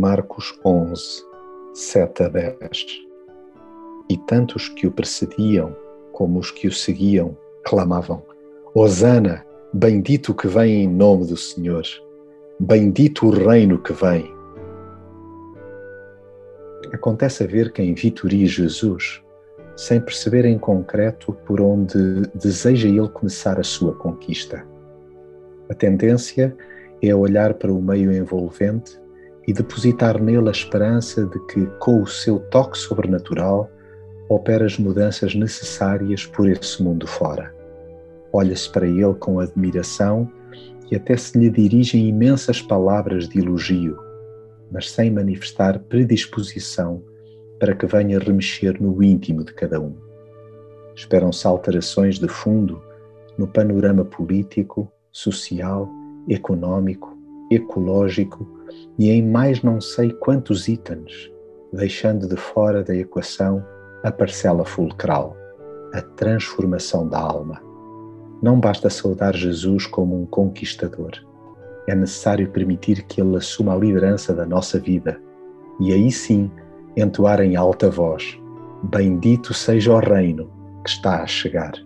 Marcos 11, 7-10. E tanto os que o precediam como os que o seguiam clamavam: Hosana, bendito o que vem em nome do Senhor, bendito o reino que vem. Acontece a ver quem vitoria Jesus, sem perceber em concreto por onde deseja ele começar a sua conquista. A tendência é olhar para o meio envolvente e depositar nele a esperança de que, com o seu toque sobrenatural, opera as mudanças necessárias por esse mundo fora. Olha-se para ele com admiração e até se lhe dirigem imensas palavras de elogio, mas sem manifestar predisposição para que venha remexer no íntimo de cada um. Esperam-se alterações de fundo no panorama político, social, económico, ecológico e em mais não sei quantos itens, deixando de fora da equação a parcela fulcral, a transformação da alma. Não basta saudar Jesus como um conquistador. É necessário permitir que Ele assuma a liderança da nossa vida e aí sim entoar em alta voz: Bendito seja o reino que está a chegar.